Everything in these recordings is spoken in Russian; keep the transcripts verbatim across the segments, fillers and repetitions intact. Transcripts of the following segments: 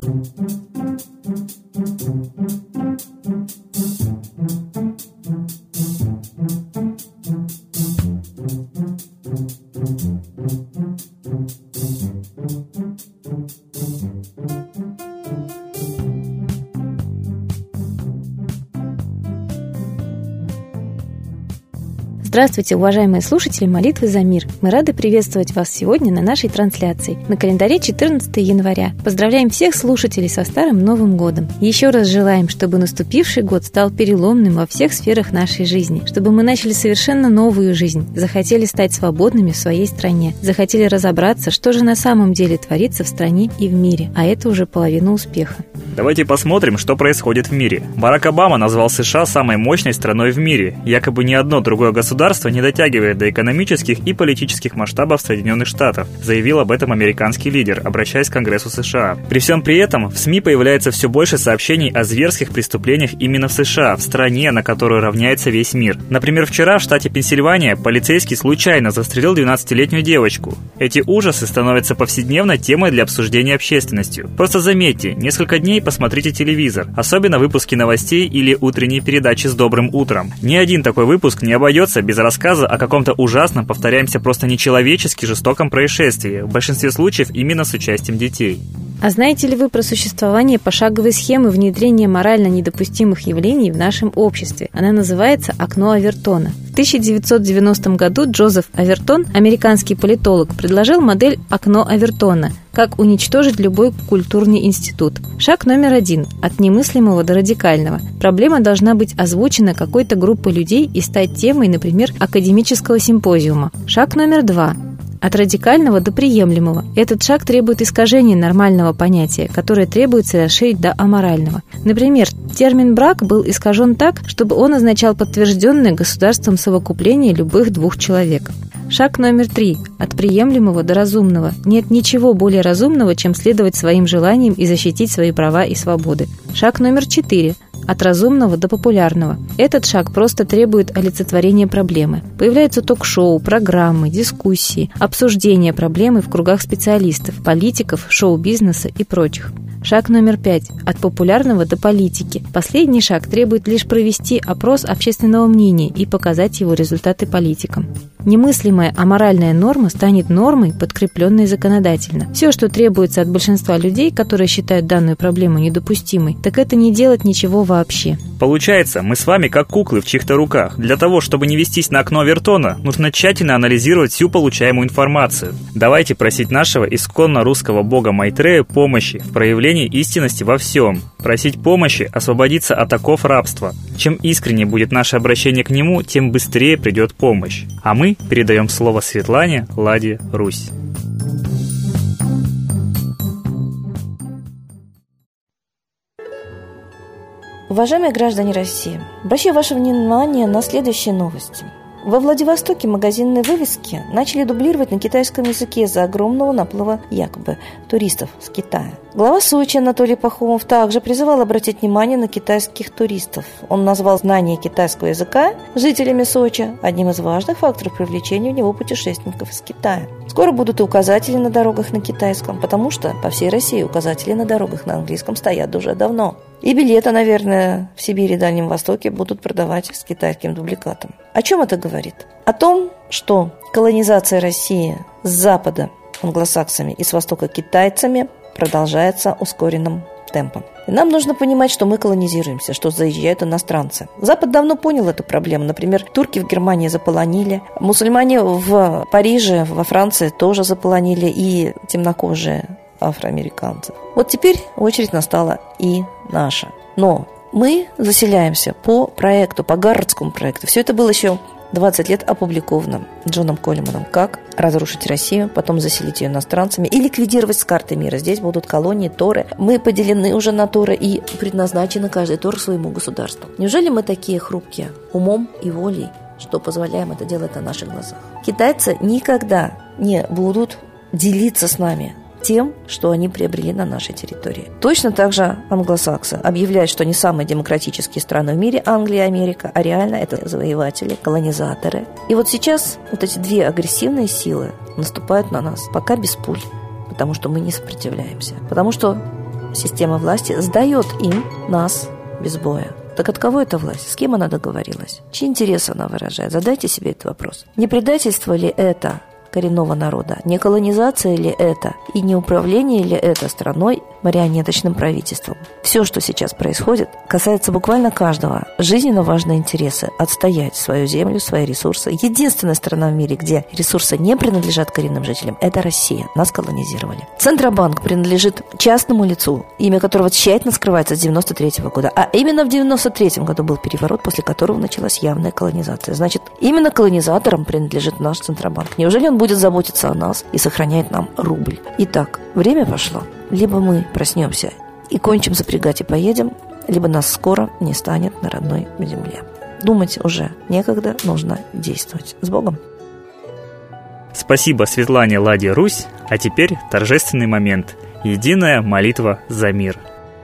Здравствуйте, уважаемые слушатели «Молитвы за мир». Мы рады приветствовать вас сегодня на нашей трансляции. На календаре четырнадцатое января. Поздравляем всех слушателей со Старым Новым годом. Еще раз желаем, чтобы наступивший год стал переломным во всех сферах нашей жизни, чтобы мы начали совершенно новую жизнь, захотели стать свободными в своей стране, захотели разобраться, что же на самом деле творится в стране и в мире, а это уже половина успеха. Давайте посмотрим, что происходит в мире. Барак Обама назвал США самой мощной страной в мире. Якобы ни одно другое государство не дотягивает до экономических и политических масштабов Соединенных Штатов, заявил об этом американский лидер, обращаясь к Конгрессу США. При всем при этом в СМИ появляется все больше сообщений о зверских преступлениях именно в США, в стране, на которую равняется весь мир. Например, вчера в штате Пенсильвания полицейский случайно застрелил двенадцатилетнюю девочку. Эти ужасы становятся повседневной темой для обсуждения общественностью. Просто заметьте, несколько дней посмотрите телевизор, особенно выпуски новостей или утренние передачи с добрым утром. Ни один такой выпуск не обойдется без рассказа о каком-то ужасном, повторяемся, просто нечеловечески жестоком происшествии, в большинстве случаев именно с участием детей. А знаете ли вы про существование пошаговой схемы внедрения морально недопустимых явлений в нашем обществе? Она называется «Окно Овертона». В тысяча девятьсот девяностом году Джозеф Овертон, американский политолог, предложил модель «Окно Овертона», как уничтожить любой культурный институт. Шаг номер один – от немыслимого до радикального. Проблема должна быть озвучена какой-то группой людей и стать темой, например, академического симпозиума. Шаг номер два – от радикального до приемлемого. Этот шаг требует искажения нормального понятия, которое требуется расширить до аморального. Например, термин «брак» был искажен так, чтобы он означал подтвержденное государством совокупление любых двух человек. Шаг номер три. От приемлемого до разумного. Нет ничего более разумного, чем следовать своим желаниям и защитить свои права и свободы. Шаг номер четыре. От разумного до популярного. Этот шаг просто требует олицетворения проблемы. Появляются ток-шоу, программы, дискуссии, обсуждения проблемы в кругах специалистов, политиков, шоу-бизнеса и прочих. Шаг номер пять. От популярного до политики. Последний шаг требует лишь провести опрос общественного мнения и показать его результаты политикам. Немыслимая аморальная норма станет нормой, подкрепленной законодательно. Все, что требуется от большинства людей, которые считают данную проблему недопустимой, так это не делать ничего вообще. Получается, мы с вами как куклы в чьих-то руках. Для того, чтобы не вестись на окно Овертона, нужно тщательно анализировать всю получаемую информацию. Давайте просить нашего исконно русского бога Майтрея помощи в проявлении истинности во всем. Просить помощи освободиться от оков рабства. Чем искреннее будет наше обращение к нему, тем быстрее придет помощь. А мы передаем слово Светлане Ладе Русь. Уважаемые граждане России, обращаю ваше внимание на следующие новости. Во Владивостоке магазинные вывески начали дублировать на китайском языке из-за огромного наплыва якобы туристов с Китая. Глава Сочи Анатолий Пахомов также призывал обратить внимание на китайских туристов. Он назвал знание китайского языка жителями Сочи одним из важных факторов привлечения в него путешественников из Китая. Скоро будут и указатели на дорогах на китайском, потому что по всей России указатели на дорогах на английском стоят уже давно. И билеты, наверное, в Сибири и Дальнем Востоке будут продавать с китайским дубликатом. О чем это говорит? О том, что колонизация России с запада англосаксами и с востока китайцами продолжается ускоренным темпом. И нам нужно понимать, что мы колонизируемся, что заезжают иностранцы. Запад давно понял эту проблему. Например, турки в Германии заполонили, мусульмане в Париже, во Франции тоже заполонили, и темнокожие афроамериканцев. Вот теперь очередь настала и наша. Но мы заселяемся по проекту, по Гарвардскому проекту. Все это было еще двадцать лет опубликовано Джоном Коллиманом. Как разрушить Россию, потом заселить ее иностранцами и ликвидировать с карты мира. Здесь будут колонии, торы. Мы поделены уже на торы и предназначены каждый тор своему государству. Неужели мы такие хрупкие умом и волей, что позволяем это делать на наших глазах? Китайцы никогда не будут делиться с нами тем, что они приобрели на нашей территории. Точно так же англосаксы объявляют, что они самые демократические страны в мире, Англия и Америка, а реально это завоеватели, колонизаторы. И вот сейчас вот эти две агрессивные силы наступают на нас, пока без пуль, потому что мы не сопротивляемся. Потому что система власти сдает им нас без боя. Так от кого эта власть? С кем она договорилась? Чьи интересы она выражает? Задайте себе этот вопрос. Не предательство ли это коренного народа? Не колонизация ли это? И не управление ли это страной марионеточным правительством? Все, что сейчас происходит, касается буквально каждого. Жизненно важные интересы – отстоять свою землю, свои ресурсы. Единственная страна в мире, где ресурсы не принадлежат коренным жителям – это Россия. Нас колонизировали. Центробанк принадлежит частному лицу, имя которого тщательно скрывается с девяносто третьего года. А именно в девяносто третьем году был переворот, после которого началась явная колонизация. Значит, именно колонизаторам принадлежит наш Центробанк. Неужели он будет заботиться о нас и сохраняет нам рубль? Итак, время пошло. Либо мы проснемся и кончим запрягать и поедем, либо нас скоро не станет на родной земле. Думать уже некогда, нужно действовать. С Богом! Спасибо Светлане Ладе Русь, а теперь торжественный момент. Единая молитва за мир.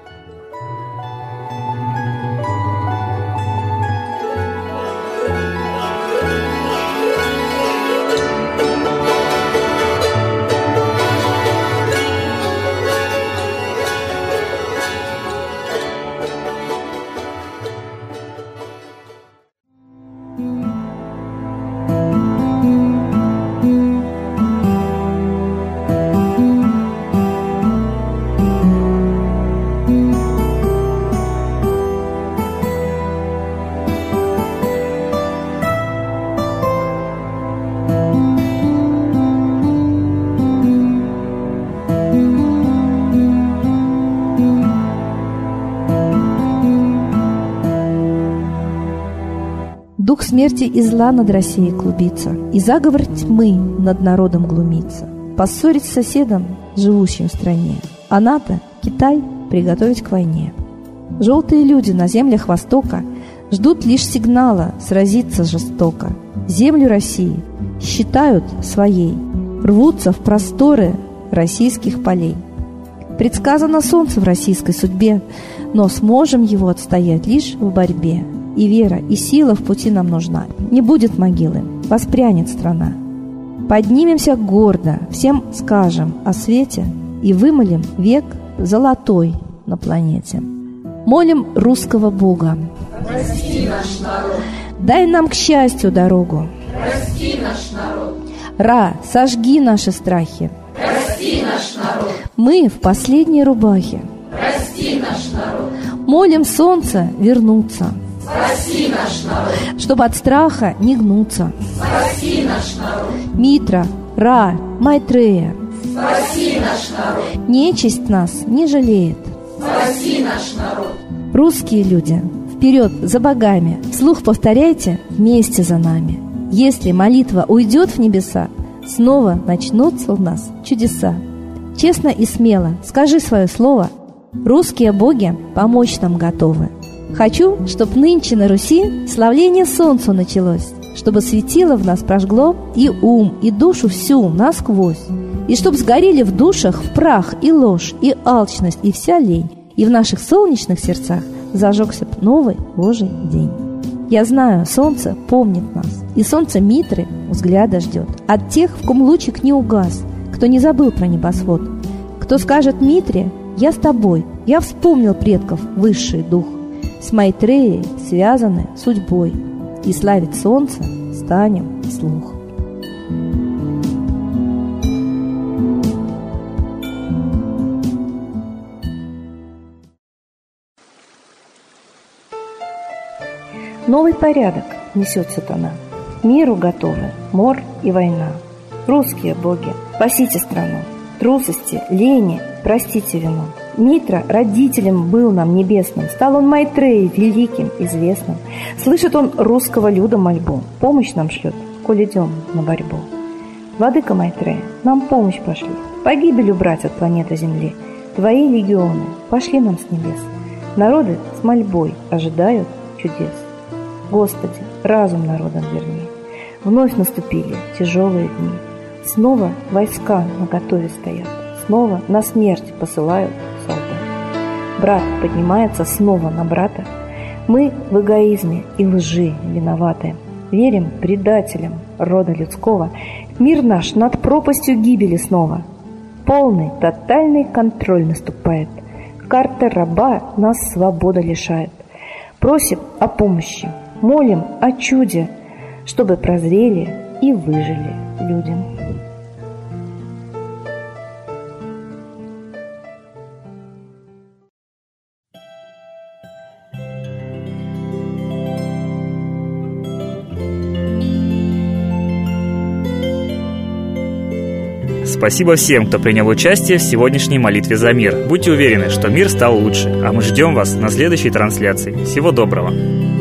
Дух смерти и зла над Россией клубится, и заговор тьмы над народом глумится. Поссорить с соседом, живущим в стране, а НАТО, Китай, приготовить к войне. Желтые люди на землях Востока ждут лишь сигнала сразиться жестоко. Землю России считают своей, рвутся в просторы российских полей. Предсказано солнце в российской судьбе, но сможем его отстоять лишь в борьбе. И вера, и сила в пути нам нужна. Не будет могилы, воспрянет страна. Поднимемся гордо, всем скажем о свете и вымолим век золотой на планете. Молим русского Бога. Прости наш народ. Дай нам к счастью дорогу. Прости наш народ. Ра, сожги наши страхи. Прости наш народ. Мы в последней рубахе. Прости наш народ. Молим солнце вернуться. Спаси наш народ. Чтоб от страха не гнуться. Спаси наш народ. Митра, Ра, Майтрея. Спаси наш народ. Нечисть нас не жалеет. Спаси наш народ. Русские люди, вперед за богами. Вслух повторяйте вместе за нами. Если молитва уйдет в небеса, снова начнутся у нас чудеса. Честно и смело скажи свое слово. Русские боги помочь нам готовы. Хочу, чтоб нынче на Руси славление солнцу началось, чтобы светило в нас прожгло и ум, и душу всю насквозь, и чтоб сгорели в душах в прах и ложь, и алчность, и вся лень, и в наших солнечных сердцах зажегся б новый Божий день. Я знаю, солнце помнит нас, и солнце Митры взгляда ждет от тех, в ком лучик не угас, кто не забыл про небосвод, кто скажет Митре: «Я с тобой, я вспомнил предков высший дух». С Майтреей связаны судьбой, и славить солнце станем вслух. Новый порядок несет сатана. Миру готовы мор и война. Русские боги, спасите страну. Трусости, лени, простите вину. Митра родителем был нам небесным, стал он Майтреей великим, известным. Слышит он русского люда мольбу, помощь нам шлет, коль идем на борьбу. Владыка Майтрея, нам помощь пошли, погибель убрать от планеты Земли. Твои легионы пошли нам с небес, народы с мольбой ожидают чудес. Господи, разум народам верни, вновь наступили тяжелые дни. Снова войска наготове стоят, снова на смерть посылают солдат. Брат поднимается снова на брата. Мы в эгоизме и лжи виноваты. Верим предателям рода людского. Мир наш над пропастью гибели снова. Полный, тотальный контроль наступает. Карта раба нас свободы лишает. Просим о помощи, молим о чуде, чтобы прозрели и выжили людям. Спасибо всем, кто принял участие в сегодняшней молитве за мир. Будьте уверены, что мир стал лучше, а мы ждем вас на следующей трансляции. Всего доброго!